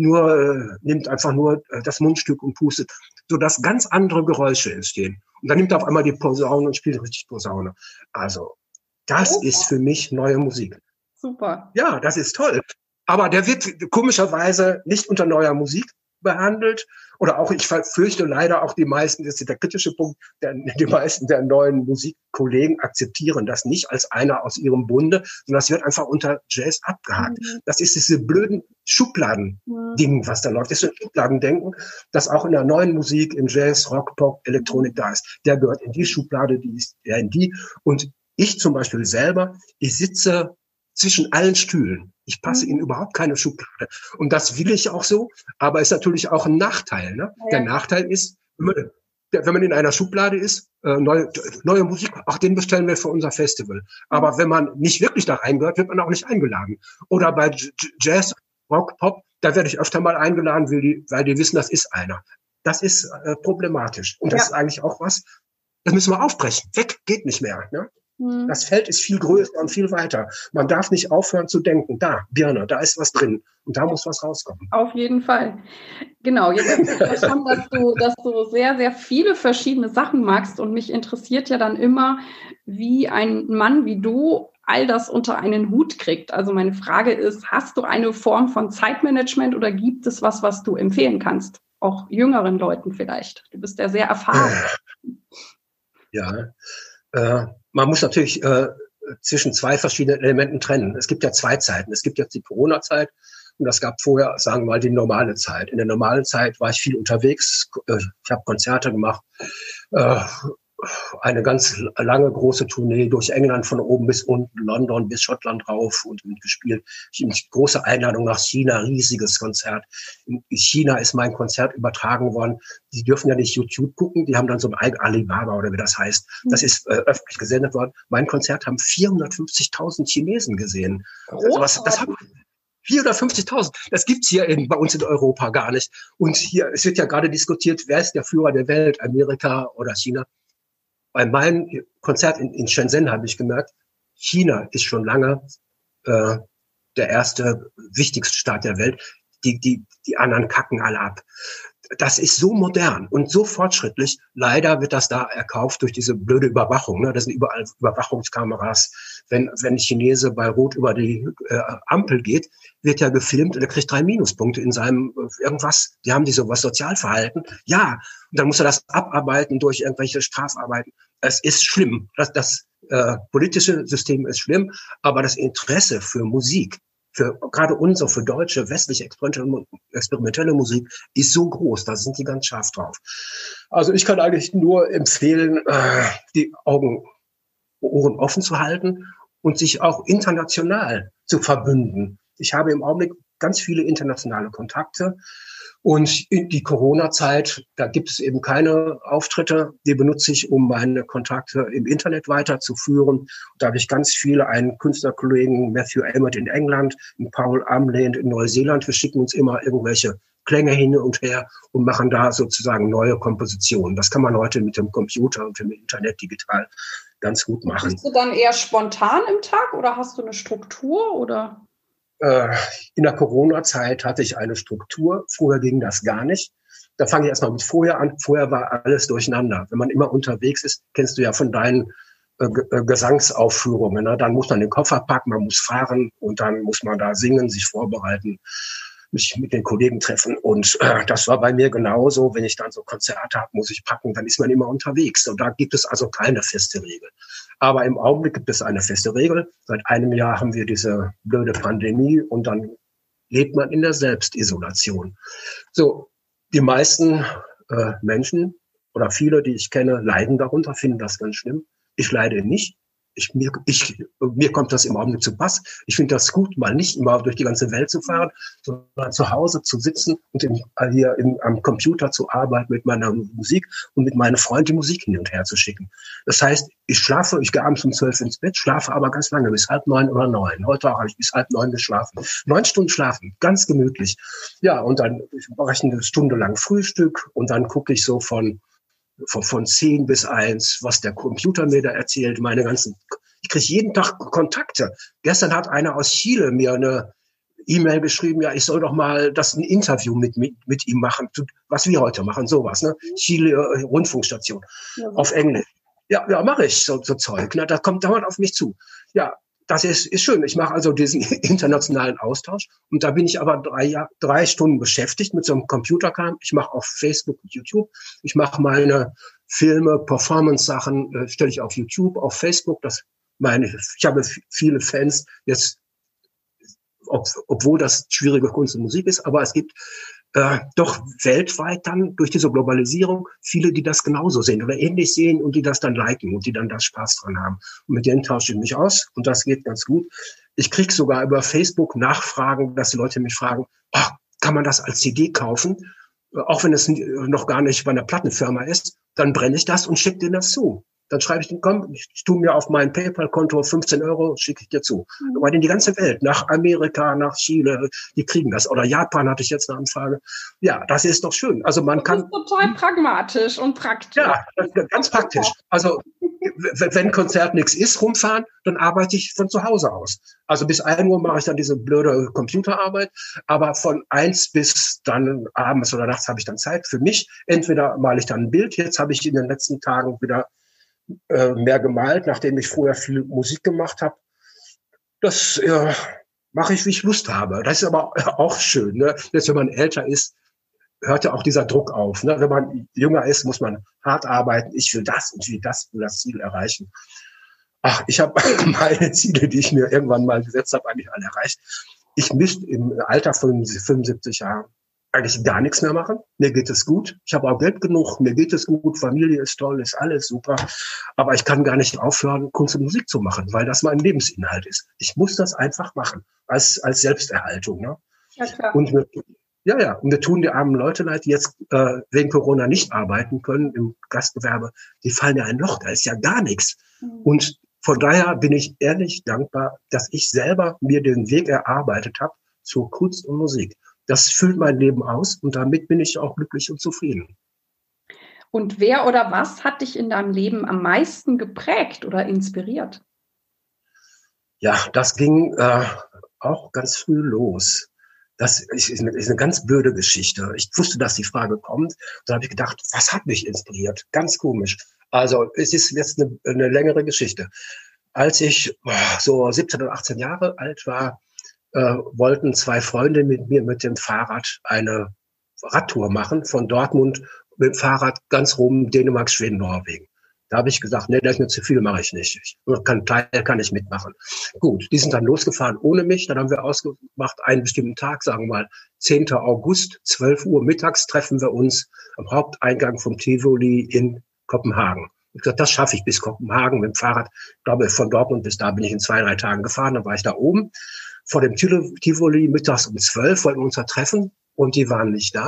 Speaker 2: nimmt einfach nur das Mundstück und pustet, sodass ganz andere Geräusche entstehen. Und dann nimmt er auf einmal die Posaune und spielt richtig Posaune. Also, das ist für mich neue Musik.
Speaker 1: Super.
Speaker 2: Ja, das ist toll. Aber der wird komischerweise nicht unter neuer Musik behandelt. Oder auch, ich fürchte leider auch die meisten, das ist der kritische Punkt, die meisten der neuen Musikkollegen akzeptieren das nicht als einer aus ihrem Bunde, sondern das wird einfach unter Jazz abgehakt. Das ist diese blöden Schubladen-Ding, was da läuft. Das ist so ein Schubladendenken, das auch in der neuen Musik, im Jazz, Rock, Pop, Elektronik da ist. Der gehört in die Schublade, die ist ja in die. Und ich zum Beispiel selber, ich sitze zwischen allen Stühlen. Ich passe in überhaupt keine Schublade. Und das will ich auch so, aber ist natürlich auch ein Nachteil. Ne? Ja. Der Nachteil ist, wenn man in einer Schublade ist, neue Musik, ach, den bestellen wir für unser Festival. Aber wenn man nicht wirklich da reingehört, wird man auch nicht eingeladen. Oder bei Jazz, Rock, Pop, da werde ich öfter mal eingeladen, weil die wissen, das ist einer. Das ist problematisch. Und das ist eigentlich auch was, das müssen wir aufbrechen. Weg, geht nicht mehr. Ne? Das Feld ist viel größer und viel weiter. Man darf nicht aufhören zu denken, da, Birne, da ist was drin und da muss was rauskommen.
Speaker 1: Auf jeden Fall. Genau, jetzt ist es schon, dass du sehr, sehr viele verschiedene Sachen magst und mich interessiert ja dann immer, wie ein Mann wie du all das unter einen Hut kriegt. Also meine Frage ist, hast du eine Form von Zeitmanagement oder gibt es was du empfehlen kannst? Auch jüngeren Leuten vielleicht. Du bist ja sehr erfahren.
Speaker 2: Ja, man muss natürlich zwischen zwei verschiedenen Elementen trennen. Es gibt ja 2 Zeiten. Es gibt jetzt die Corona-Zeit und es gab vorher, sagen wir mal, die normale Zeit. In der normalen Zeit war ich viel unterwegs. Ich habe Konzerte gemacht, eine ganz lange, große Tournee durch England von oben bis unten, London bis Schottland rauf und gespielt. Große Einladung nach China, riesiges Konzert. In China ist mein Konzert übertragen worden. Die dürfen ja nicht YouTube gucken, die haben dann so ein Alibaba oder wie das heißt. Das ist öffentlich gesendet worden. Mein Konzert haben 450.000 Chinesen gesehen. Das haben 450.000. Das gibt's hier bei uns in Europa gar nicht. Und hier, es wird ja gerade diskutiert, wer ist der Führer der Welt, Amerika oder China? Bei meinem Konzert in Shenzhen habe ich gemerkt, China ist schon lange der erste, wichtigste Staat der Welt. Die anderen kacken alle ab. Das ist so modern und so fortschrittlich. Leider wird das da erkauft durch diese blöde Überwachung. Ne? Das sind überall Überwachungskameras. Wenn ein Chinese bei Rot über die Ampel geht, wird er gefilmt und er kriegt 3 Minuspunkte in seinem irgendwas. Die haben sowas Sozialverhalten. Ja, und dann muss er das abarbeiten durch irgendwelche Strafarbeiten. Es ist schlimm. Das politische System ist schlimm, aber das Interesse für Musik, für gerade für deutsche, westliche experimentelle Musik ist so groß, da sind die ganz scharf drauf. Also ich kann eigentlich nur empfehlen, die Augen, Ohren offen zu halten und sich auch international zu verbünden. Ich habe im Augenblick ganz viele internationale Kontakte Und in die Corona-Zeit, da gibt es eben keine Auftritte, die benutze ich, um meine Kontakte im Internet weiterzuführen. Da habe ich ganz viele, einen Künstlerkollegen, Matthew Emmett in England, einen Paul Amland in Neuseeland. Wir schicken uns immer irgendwelche Klänge hin und her und machen da sozusagen neue Kompositionen. Das kann man heute mit dem Computer und dem Internet digital ganz gut machen.
Speaker 1: Bist du dann eher spontan im Tag oder hast du eine Struktur oder?
Speaker 2: In der Corona-Zeit hatte ich eine Struktur. Vorher ging das gar nicht. Da fange ich erstmal mit vorher an. Vorher war alles durcheinander. Wenn man immer unterwegs ist, kennst du ja von deinen Gesangsaufführungen. Ne? Dann muss man den Koffer packen, man muss fahren und dann muss man da singen, sich vorbereiten, mich mit den Kollegen treffen. Und das war bei mir genauso. Wenn ich dann so Konzerte habe, muss ich packen, dann ist man immer unterwegs. Und da gibt es also keine feste Regel. Aber im Augenblick gibt es eine feste Regel. Seit einem Jahr haben wir diese blöde Pandemie und dann lebt man in der Selbstisolation. So, die meisten Menschen oder viele, die ich kenne, leiden darunter, finden das ganz schlimm. Ich leide nicht. Mir kommt das im Augenblick zu Pass. Ich finde das gut, mal nicht immer durch die ganze Welt zu fahren, sondern zu Hause zu sitzen und am Computer zu arbeiten mit meiner Musik und mit meinen Freunden die Musik hin und her zu schicken. Das heißt, ich gehe abends um 12 ins Bett, schlafe aber ganz lange, bis 8:30 oder 9. Heute habe ich bis 8:30 geschlafen. 9 Stunden schlafen, ganz gemütlich. Ja, und dann mache ich eine Stunde lang Frühstück und dann gucke ich so von 10 bis 1, was der Computer mir da erzählt, ich kriege jeden Tag Kontakte. Gestern hat einer aus Chile mir eine E-Mail geschrieben, ja, ich soll doch mal ein Interview mit ihm machen, was wir heute machen, sowas, ne? Chile Rundfunkstation auf Englisch. Ja, mache ich so Zeug, ne? Das kommt dauernd auf mich zu. Ja, das ist schön. Ich mache also diesen internationalen Austausch und da bin ich aber 3 Stunden beschäftigt mit so einem Computerkram. Ich mache auf Facebook und YouTube. Ich mache meine Filme, Performance-Sachen, stelle ich auf YouTube, auf Facebook. Ich habe viele Fans jetzt, obwohl das schwierige Kunst und Musik ist, aber es gibt doch weltweit dann durch diese Globalisierung viele, die das genauso sehen oder ähnlich sehen und die das dann liken und die dann da Spaß dran haben. Und mit denen tausche ich mich aus und das geht ganz gut. Ich kriege sogar über Facebook Nachfragen, dass die Leute mich fragen, kann man das als CD kaufen? Auch wenn es noch gar nicht bei einer Plattenfirma ist, dann brenne ich das und schicke denen das zu. Dann schreibe ich den, komm, ich tue mir auf mein PayPal-Konto 15 €, schicke ich dir zu. Aber in die ganze Welt, nach Amerika, nach Chile, die kriegen das. Oder Japan hatte ich jetzt eine Anfrage. Ja, das ist doch schön. Also man kann.
Speaker 1: Das ist total pragmatisch und praktisch.
Speaker 2: Ja, ganz praktisch. Also wenn Konzert nichts ist, rumfahren, dann arbeite ich von zu Hause aus. Also bis 1 Uhr mache ich dann diese blöde Computerarbeit, aber von 1 bis dann abends oder nachts habe ich dann Zeit für mich. Entweder male ich dann ein Bild. Jetzt habe ich in den letzten Tagen wieder mehr gemalt, nachdem ich vorher viel Musik gemacht habe. Das mache ich, wie ich Lust habe. Das ist aber auch schön. Ne? Jetzt, wenn man älter ist, hört ja auch dieser Druck auf. Ne? Wenn man jünger ist, muss man hart arbeiten. Ich will das und will das Ziel erreichen. Ach, ich habe meine Ziele, die ich mir irgendwann mal gesetzt habe, eigentlich alle erreicht. Ich müsste im Alter von 75 Jahren eigentlich gar nichts mehr machen. Mir geht es gut. Ich habe auch Geld genug. Mir geht es gut. Familie ist toll, ist alles super. Aber ich kann gar nicht aufhören, Kunst und Musik zu machen, weil das mein Lebensinhalt ist. Ich muss das einfach machen als Selbsterhaltung. Ne?
Speaker 1: Ja, klar.
Speaker 2: Und wir tun die armen Leute leid, die jetzt wegen Corona nicht arbeiten können im Gastgewerbe. Die fallen ja ein Loch. Da ist ja gar nichts. Und von daher bin ich ehrlich dankbar, dass ich selber mir den Weg erarbeitet habe zur Kunst und Musik. Das füllt mein Leben aus und damit bin ich auch glücklich und zufrieden.
Speaker 1: Und wer oder was hat dich in deinem Leben am meisten geprägt oder inspiriert?
Speaker 2: Ja, das ging auch ganz früh los. Das ist eine ganz blöde Geschichte. Ich wusste, dass die Frage kommt. Da habe ich gedacht, was hat mich inspiriert? Ganz komisch. Also es ist jetzt eine längere Geschichte. Als ich so 17 oder 18 Jahre alt war, wollten 2 Freunde mit mir mit dem Fahrrad eine Radtour machen, von Dortmund mit dem Fahrrad ganz rum, Dänemark, Schweden, Norwegen. Da habe ich gesagt, nee, das ist mir zu viel, mache ich nicht. Kann ich mitmachen. Gut, die sind dann losgefahren ohne mich. Dann haben wir ausgemacht, einen bestimmten Tag, sagen wir mal 10. August, 12 Uhr mittags treffen wir uns am Haupteingang vom Tivoli in Kopenhagen. Ich habe gesagt, das schaffe ich bis Kopenhagen mit dem Fahrrad. Ich glaube, von Dortmund bis da bin ich in 2, 3 Tagen gefahren. Dann war ich da oben vor dem Tivoli mittags um 12, wollten wir uns da treffen und die waren nicht da.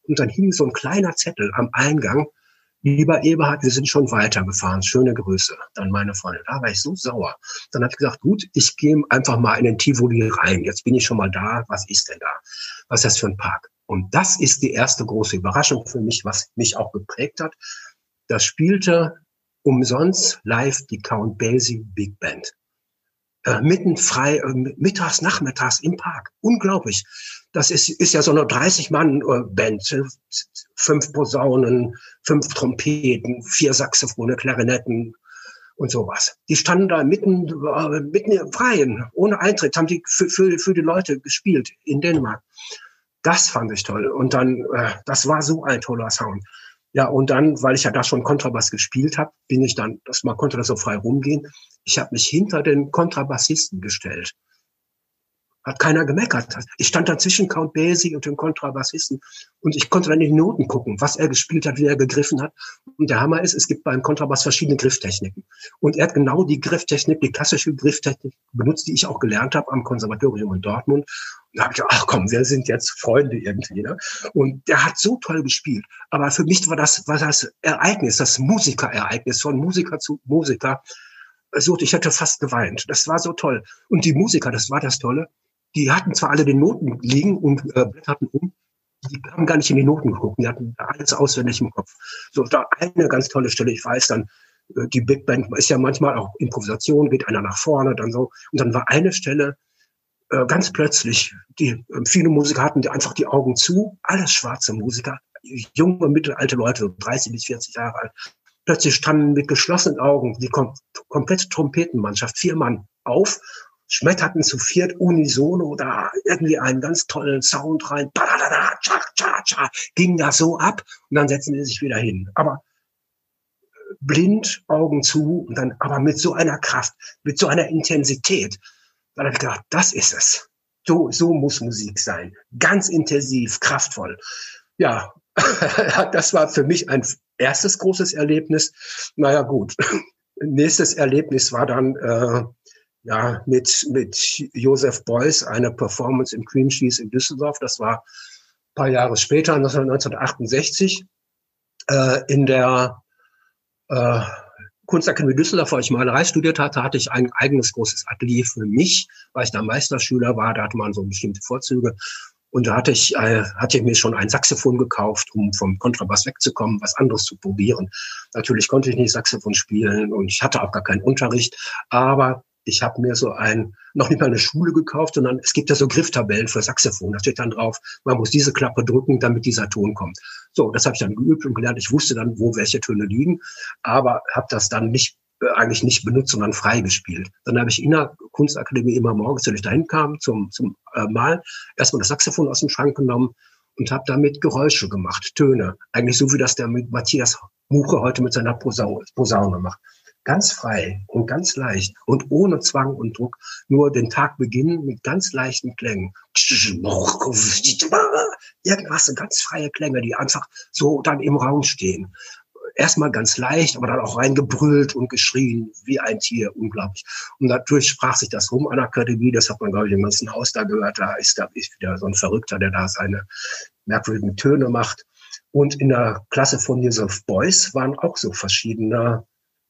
Speaker 2: Und dann hing so ein kleiner Zettel am Eingang: Lieber Eberhard, wir sind schon weitergefahren. Schöne Grüße. Dann meine Freundin. Da war ich so sauer. Dann habe ich gesagt, gut, ich gehe einfach mal in den Tivoli rein. Jetzt bin ich schon mal da. Was ist denn da? Was ist das für ein Park? Und das ist die erste große Überraschung für mich, was mich auch geprägt hat. Das spielte umsonst live die Count Basie Big Band. Mitten frei, mittags, nachmittags im Park. Unglaublich. Das ist ja so eine 30-Mann-Band. 5 Posaunen, 5 Trompeten, 4 Saxophone, Klarinetten und sowas. Die standen da mitten im Freien, ohne Eintritt, haben die für die Leute gespielt in Dänemark. Das fand ich toll. Und dann, das war so ein toller Sound. Ja, und dann, weil ich ja da schon Kontrabass gespielt habe, man konnte das so frei rumgehen. Ich habe mich hinter den Kontrabassisten gestellt. Hat keiner gemeckert. Ich stand dann zwischen Count Basie und dem Kontrabassisten und ich konnte dann in die Noten gucken, was er gespielt hat, wie er gegriffen hat. Und der Hammer ist, es gibt beim Kontrabass verschiedene Grifftechniken. Und er hat genau die Grifftechnik, die klassische Grifftechnik benutzt, die ich auch gelernt habe am Konservatorium in Dortmund. Und da habe ich gedacht, ach komm, wir sind jetzt Freunde irgendwie. Ne? Und der hat so toll gespielt. Aber für mich war das Ereignis, das Musikerereignis von Musiker zu Musiker. Also ich hätte fast geweint. Das war so toll. Und die Musiker, das war das Tolle, die hatten zwar alle die Noten liegen und blätterten die haben gar nicht in die Noten geguckt, die hatten alles auswendig im Kopf. So, da eine ganz tolle Stelle, ich weiß dann, die Big Band ist ja manchmal auch Improvisation, geht einer nach vorne, dann so. Und dann war eine Stelle, ganz plötzlich, viele Musiker hatten einfach die Augen zu, alles schwarze Musiker, junge, mittelalte Leute, so 30 bis 40 Jahre alt. Plötzlich standen mit geschlossenen Augen die komplette Trompetenmannschaft, 4 Mann, auf, schmetterten zu 4 unisono da irgendwie einen ganz tollen Sound rein, ging da so ab und dann setzen die sich wieder hin. Aber blind, Augen zu und dann aber mit so einer Kraft, mit so einer Intensität. Dann habe ich gedacht, das ist es. So muss Musik sein. Ganz intensiv, kraftvoll. Ja, das war für mich ein erstes großes Erlebnis. Naja, gut. Nächstes Erlebnis war dann mit Joseph Beuys eine Performance im Queen Cheese in Düsseldorf. Das war ein paar Jahre später, 1968, in der Kunstakademie Düsseldorf, wo ich Malerei studiert hatte, hatte ich ein eigenes großes Atelier für mich, weil ich da Meisterschüler war. Da hatte man so bestimmte Vorzüge. Und da hatte ich mir schon ein Saxophon gekauft, um vom Kontrabass wegzukommen, was anderes zu probieren. Natürlich konnte ich nicht Saxophon spielen und ich hatte auch gar keinen Unterricht. Aber ich habe mir noch nicht mal eine Schule gekauft, sondern es gibt ja so Grifftabellen für Saxophon. Da steht dann drauf, man muss diese Klappe drücken, damit dieser Ton kommt. So, das habe ich dann geübt und gelernt. Ich wusste dann, wo welche Töne liegen, aber habe das dann eigentlich nicht benutzt, sondern frei gespielt. Dann habe ich in der Kunstakademie immer morgens, wenn ich dahin kam, zum Malen, erstmal das Saxophon aus dem Schrank genommen und habe damit Geräusche gemacht, Töne. Eigentlich so, wie das der mit Matthias Muche heute mit seiner Posaune macht. Ganz frei und ganz leicht und ohne Zwang und Druck, nur den Tag beginnen mit ganz leichten Klängen. Irgendwas, ganz freie Klänge, die einfach so dann im Raum stehen. Erstmal ganz leicht, aber dann auch reingebrüllt und geschrien wie ein Tier, unglaublich. Und natürlich sprach sich das rum an der Akademie, das hat man, glaube ich, im ganzen Haus da gehört, da ist wieder so ein Verrückter, der da seine merkwürdigen Töne macht. Und in der Klasse von Joseph Beuys waren auch so verschiedene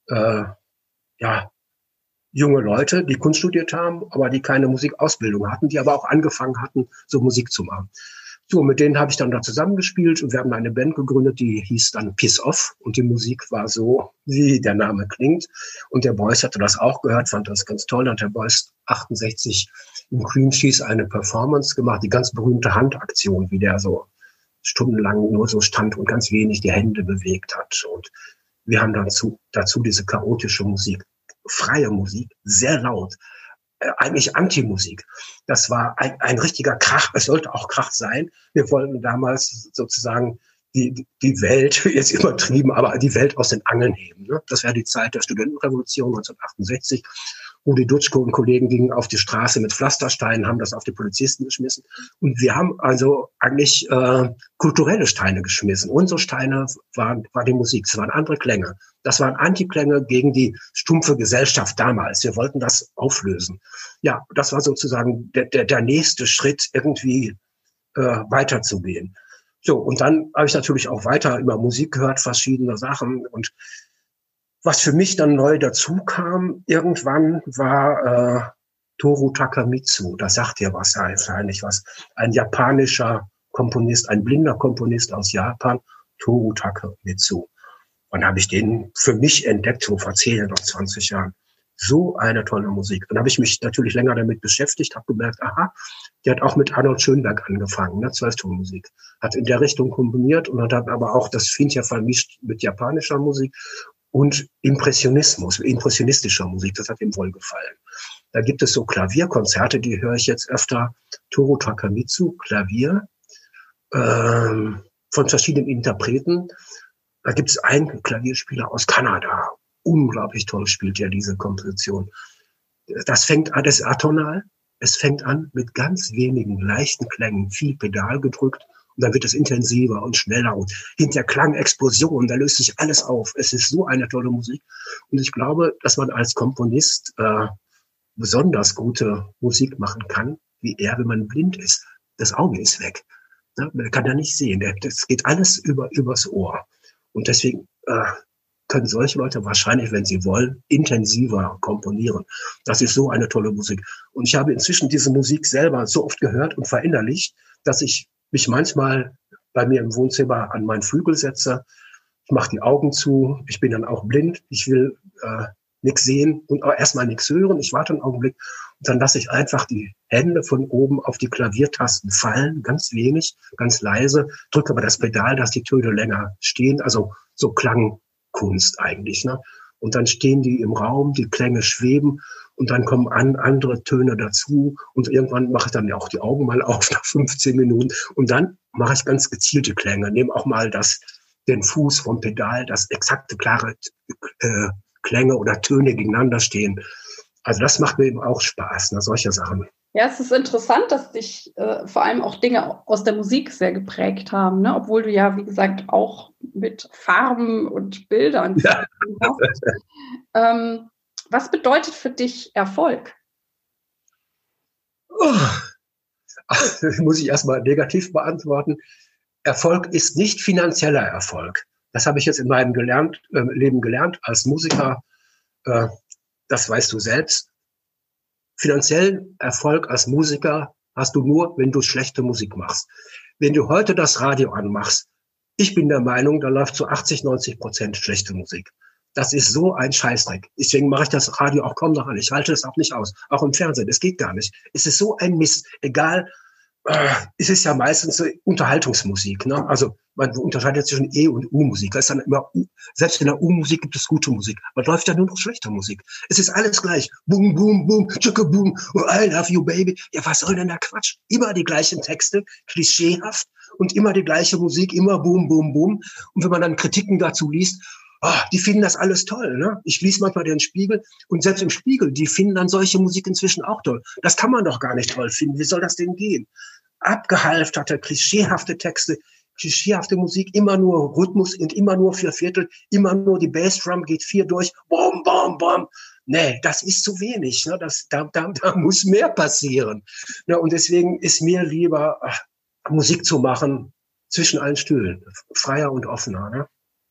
Speaker 2: junge Leute, die Kunst studiert haben, aber die keine Musikausbildung hatten, die aber auch angefangen hatten, so Musik zu machen. So, mit denen habe ich dann da zusammengespielt und wir haben eine Band gegründet, die hieß dann Piss Off und die Musik war so, wie der Name klingt. Und der Beuys hatte das auch gehört, fand das ganz toll. Dann hat der Beuys 68 im Queen Cheese eine Performance gemacht, die ganz berühmte Handaktion, wie der so stundenlang nur so stand und ganz wenig die Hände bewegt hat. Und wir haben dann dazu diese chaotische Musik, freie Musik, sehr laut, eigentlich Antimusik. Das war ein richtiger Krach, es sollte auch Krach sein. Wir wollten damals sozusagen die Welt, jetzt übertrieben, aber die Welt aus den Angeln heben. Ne? Das wäre die Zeit der Studentenrevolution 1968. Rudi Dutschke und Kollegen gingen auf die Straße mit Pflastersteinen, haben das auf die Polizisten geschmissen. Und wir haben also eigentlich kulturelle Steine geschmissen. Unsere Steine war die Musik, es waren andere Klänge. Das waren Antiklänge gegen die stumpfe Gesellschaft damals. Wir wollten das auflösen. Ja, das war sozusagen der nächste Schritt, irgendwie weiterzugehen. So, und dann habe ich natürlich auch weiter über Musik gehört, verschiedene Sachen. Und was für mich dann neu dazu kam, irgendwann war Toru Takemitsu. Das sagt dir wahrscheinlich was. Ein japanischer Komponist, ein blinder Komponist aus Japan, Toru Takemitsu. Und habe ich den für mich entdeckt, so vor 10 oder 20 Jahren. So eine tolle Musik. Dann habe ich mich natürlich länger damit beschäftigt, habe gemerkt, aha, der hat auch mit Arnold Schönberg angefangen, ne, Zwölftonmusik. Hat in der Richtung komponiert und hat dann aber auch das Finja vermischt mit japanischer Musik und Impressionismus, impressionistischer Musik. Das hat ihm wohl gefallen. Da gibt es so Klavierkonzerte, die höre ich jetzt öfter. Toru Takemitsu, Klavier, von verschiedenen Interpreten. Da gibt es einen Klavierspieler aus Kanada. Unglaublich toll spielt er diese Komposition. Das fängt an, das ist atonal. Es fängt an mit ganz wenigen leichten Klängen, viel Pedal gedrückt. Und dann wird es intensiver und schneller. Und hinter Klangexplosion, da löst sich alles auf. Es ist so eine tolle Musik. Und ich glaube, dass man als Komponist besonders gute Musik machen kann, wie er, wenn man blind ist. Das Auge ist weg. Ne? Man kann da nicht sehen. Das geht alles übers Ohr. Und deswegen können solche Leute wahrscheinlich, wenn sie wollen, intensiver komponieren. Das ist so eine tolle Musik. Und ich habe inzwischen diese Musik selber so oft gehört und verinnerlicht, dass ich mich manchmal bei mir im Wohnzimmer an meinen Flügel setze. Ich mache die Augen zu. Ich bin dann auch blind. Ich will nichts sehen und auch erstmal nichts hören. Ich warte einen Augenblick und dann lasse ich einfach die Hände von oben auf die Klaviertasten fallen, ganz wenig, ganz leise, drücke aber das Pedal, dass die Töne länger stehen, also so Klangkunst eigentlich, ne? Und dann stehen die im Raum, die Klänge schweben und dann kommen andere Töne dazu und irgendwann mache ich dann auch die Augen mal auf nach 15 Minuten und dann mache ich ganz gezielte Klänge, nehme auch mal den Fuß vom Pedal, das exakte, klare Klänge oder Töne gegeneinander stehen. Also das macht mir eben auch Spaß, ne, solche Sachen.
Speaker 1: Ja, es ist interessant, dass dich vor allem auch Dinge aus der Musik sehr geprägt haben, ne? Obwohl du ja, wie gesagt, auch mit Farben und Bildern
Speaker 2: Ja.
Speaker 1: hast. Was bedeutet für dich Erfolg?
Speaker 2: Muss ich erstmal negativ beantworten. Erfolg ist nicht finanzieller Erfolg. Das habe ich jetzt in meinem Leben gelernt als Musiker. Das weißt du selbst. Finanziellen Erfolg als Musiker hast du nur, wenn du schlechte Musik machst. Wenn du heute das Radio anmachst, ich bin der Meinung, da läuft zu 80-90% schlechte Musik. Das ist so ein Scheißdreck. Deswegen mache ich das Radio auch kaum noch an. Ich halte es auch nicht aus. Auch im Fernsehen. Es geht gar nicht. Es ist so ein Mist. Egal, es ist ja meistens so Unterhaltungsmusik, ne? Also man unterscheidet zwischen E- und U-Musik. Da ist dann immer selbst in der U-Musik gibt es gute Musik. Man läuft ja nur noch schlechte Musik. Es ist alles gleich. Boom, boom, boom, tschicke, boom, oh, I love you, baby. Ja, was soll denn der Quatsch? Immer die gleichen Texte, klischeehaft und immer die gleiche Musik, immer boom, boom, boom. Und wenn man dann Kritiken dazu liest, die finden das alles toll, ne? Ich lese manchmal den Spiegel und selbst im Spiegel, die finden dann solche Musik inzwischen auch toll. Das kann man doch gar nicht toll finden. Wie soll das denn gehen? Abgehalfterte, klischeehafte Texte, klischeehafte Musik, immer nur Rhythmus und immer nur 4/4, immer nur die Bassdrum geht 4 durch, bom, bom, bom. Nee, das ist zu wenig, ne? Da muss mehr passieren. Ja, und deswegen ist mir lieber, Musik zu machen zwischen allen Stühlen, freier und offener, ne?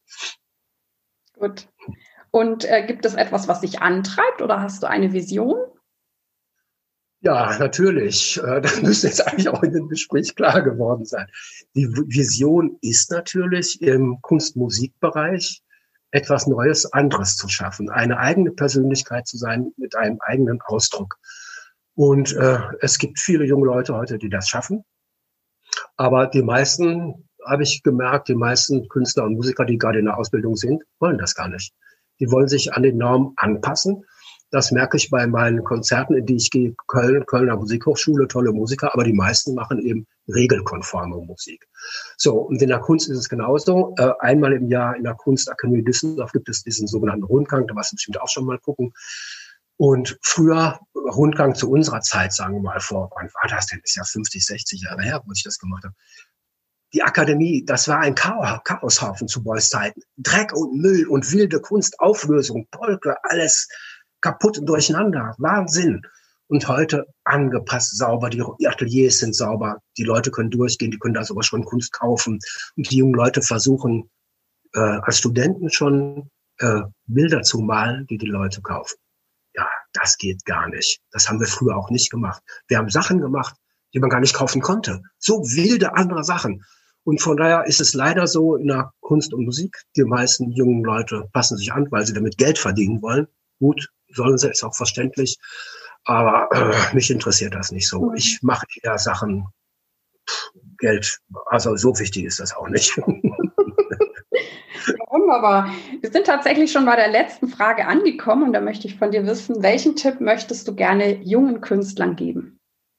Speaker 1: Gut. Und gibt es etwas, was dich antreibt oder hast du eine Vision?
Speaker 2: Ja, natürlich. Das müsste jetzt eigentlich auch in dem Gespräch klar geworden sein. Die Vision ist natürlich im Kunst-Musik-Bereich etwas Neues, anderes zu schaffen, eine eigene Persönlichkeit zu sein mit einem eigenen Ausdruck. Und es gibt viele junge Leute heute, die das schaffen. Aber die meisten, habe ich gemerkt, die meisten Künstler und Musiker, die gerade in der Ausbildung sind, wollen das gar nicht. Die wollen sich an den Normen anpassen. Das merke ich bei meinen Konzerten, in die ich gehe, Kölner Musikhochschule, tolle Musiker, aber die meisten machen eben regelkonforme Musik. So, und in der Kunst ist es genauso. Einmal im Jahr in der Kunstakademie Düsseldorf gibt es diesen sogenannten Rundgang, da warst du bestimmt auch schon mal gucken. Und früher, Rundgang zu unserer Zeit, sagen wir mal, wann war das denn? Das ist ja 50, 60 Jahre her, wo ich das gemacht habe. Die Akademie, das war ein Chaoshaufen zu Beuys Zeiten. Dreck und Müll und wilde Kunst, Auflösung, Polka, alles kaputt und durcheinander. Wahnsinn. und heute angepasst, sauber. Die Ateliers sind sauber. Die Leute können durchgehen, die können da sogar schon Kunst kaufen. Und die jungen Leute versuchen als Studenten schon Bilder zu malen, die die Leute kaufen. Ja, das geht gar nicht. Das haben wir früher auch nicht gemacht. Wir haben Sachen gemacht, die man gar nicht kaufen konnte. So wilde andere Sachen. Und von daher ist es leider so in der Kunst und Musik, die meisten jungen Leute passen sich an, weil sie damit Geld verdienen wollen. Gut, sollen sie, ist auch verständlich. Aber mich interessiert das nicht so. Ich mache eher Sachen, Geld, also so wichtig ist das auch nicht.
Speaker 1: Wunderbar. Wir sind tatsächlich schon bei der letzten Frage angekommen und da möchte ich von dir wissen, welchen Tipp möchtest du gerne jungen Künstlern geben?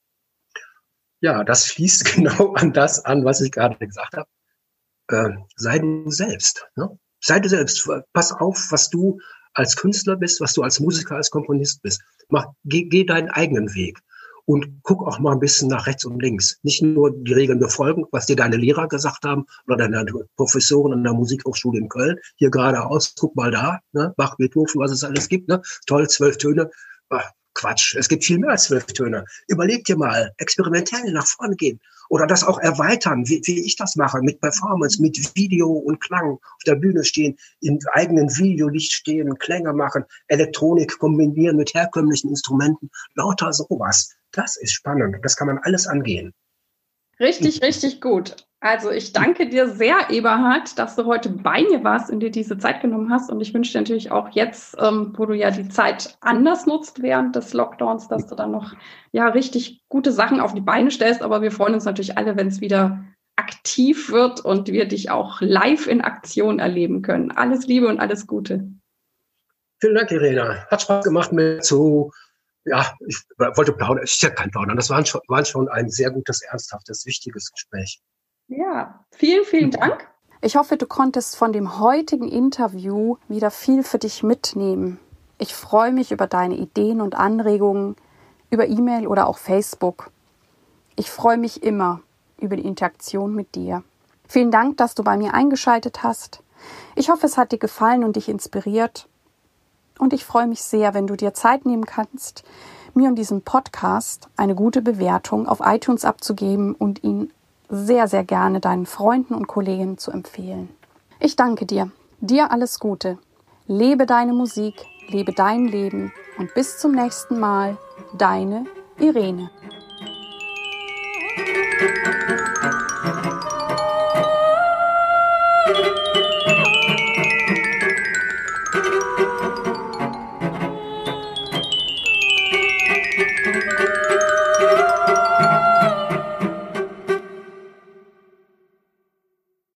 Speaker 2: Ja, das schließt genau an das an, was ich gerade gesagt habe. Sei du selbst. Ne? Sei du selbst. Pass auf, was du als Künstler bist, was du als Musiker, als Komponist bist. Geh deinen eigenen Weg. Und guck auch mal ein bisschen nach rechts und links. Nicht nur die Regeln befolgen, was dir deine Lehrer gesagt haben oder deine Professoren an der Musikhochschule in Köln. Hier geradeaus, guck mal da, ne? Bach, Beethoven, was es alles gibt. Ne? Toll, 12 Töne. Ach, Quatsch, es gibt viel mehr als 12 Töne. Überleg dir mal, experimentell nach vorne gehen oder das auch erweitern, wie ich das mache, mit Performance, mit Video und Klang, auf der Bühne stehen, im eigenen Videolicht stehen, Klänge machen, Elektronik kombinieren mit herkömmlichen Instrumenten, lauter sowas. Das ist spannend, das kann man alles angehen.
Speaker 1: Richtig, richtig gut. Also ich danke dir sehr, Eberhard, dass du heute bei mir warst und dir diese Zeit genommen hast. Und ich wünsche dir natürlich auch jetzt, wo du ja die Zeit anders nutzt während des Lockdowns, dass du dann noch ja richtig gute Sachen auf die Beine stellst. Aber wir freuen uns natürlich alle, wenn es wieder aktiv wird und wir dich auch live in Aktion erleben können. Alles Liebe und alles Gute.
Speaker 2: Vielen Dank, Irena. Hat Spaß gemacht mit so. Ja, ich wollte plaudern. Ich ja kein Plaudern. Das war schon ein sehr gutes, ernsthaftes, wichtiges Gespräch.
Speaker 1: Ja, vielen, vielen Dank. Ich hoffe, du konntest von dem heutigen Interview wieder viel für dich mitnehmen. Ich freue mich über deine Ideen und Anregungen, über E-Mail oder auch Facebook. Ich freue mich immer über die Interaktion mit dir. Vielen Dank, dass du bei mir eingeschaltet hast. Ich hoffe, es hat dir gefallen und dich inspiriert. Und ich freue mich sehr, wenn du dir Zeit nehmen kannst, mir und diesem Podcast eine gute Bewertung auf iTunes abzugeben und ihn sehr, sehr gerne deinen Freunden und Kollegen zu empfehlen. Ich danke dir. Dir alles Gute. Lebe deine Musik, lebe dein Leben und bis zum nächsten Mal. Deine Irene.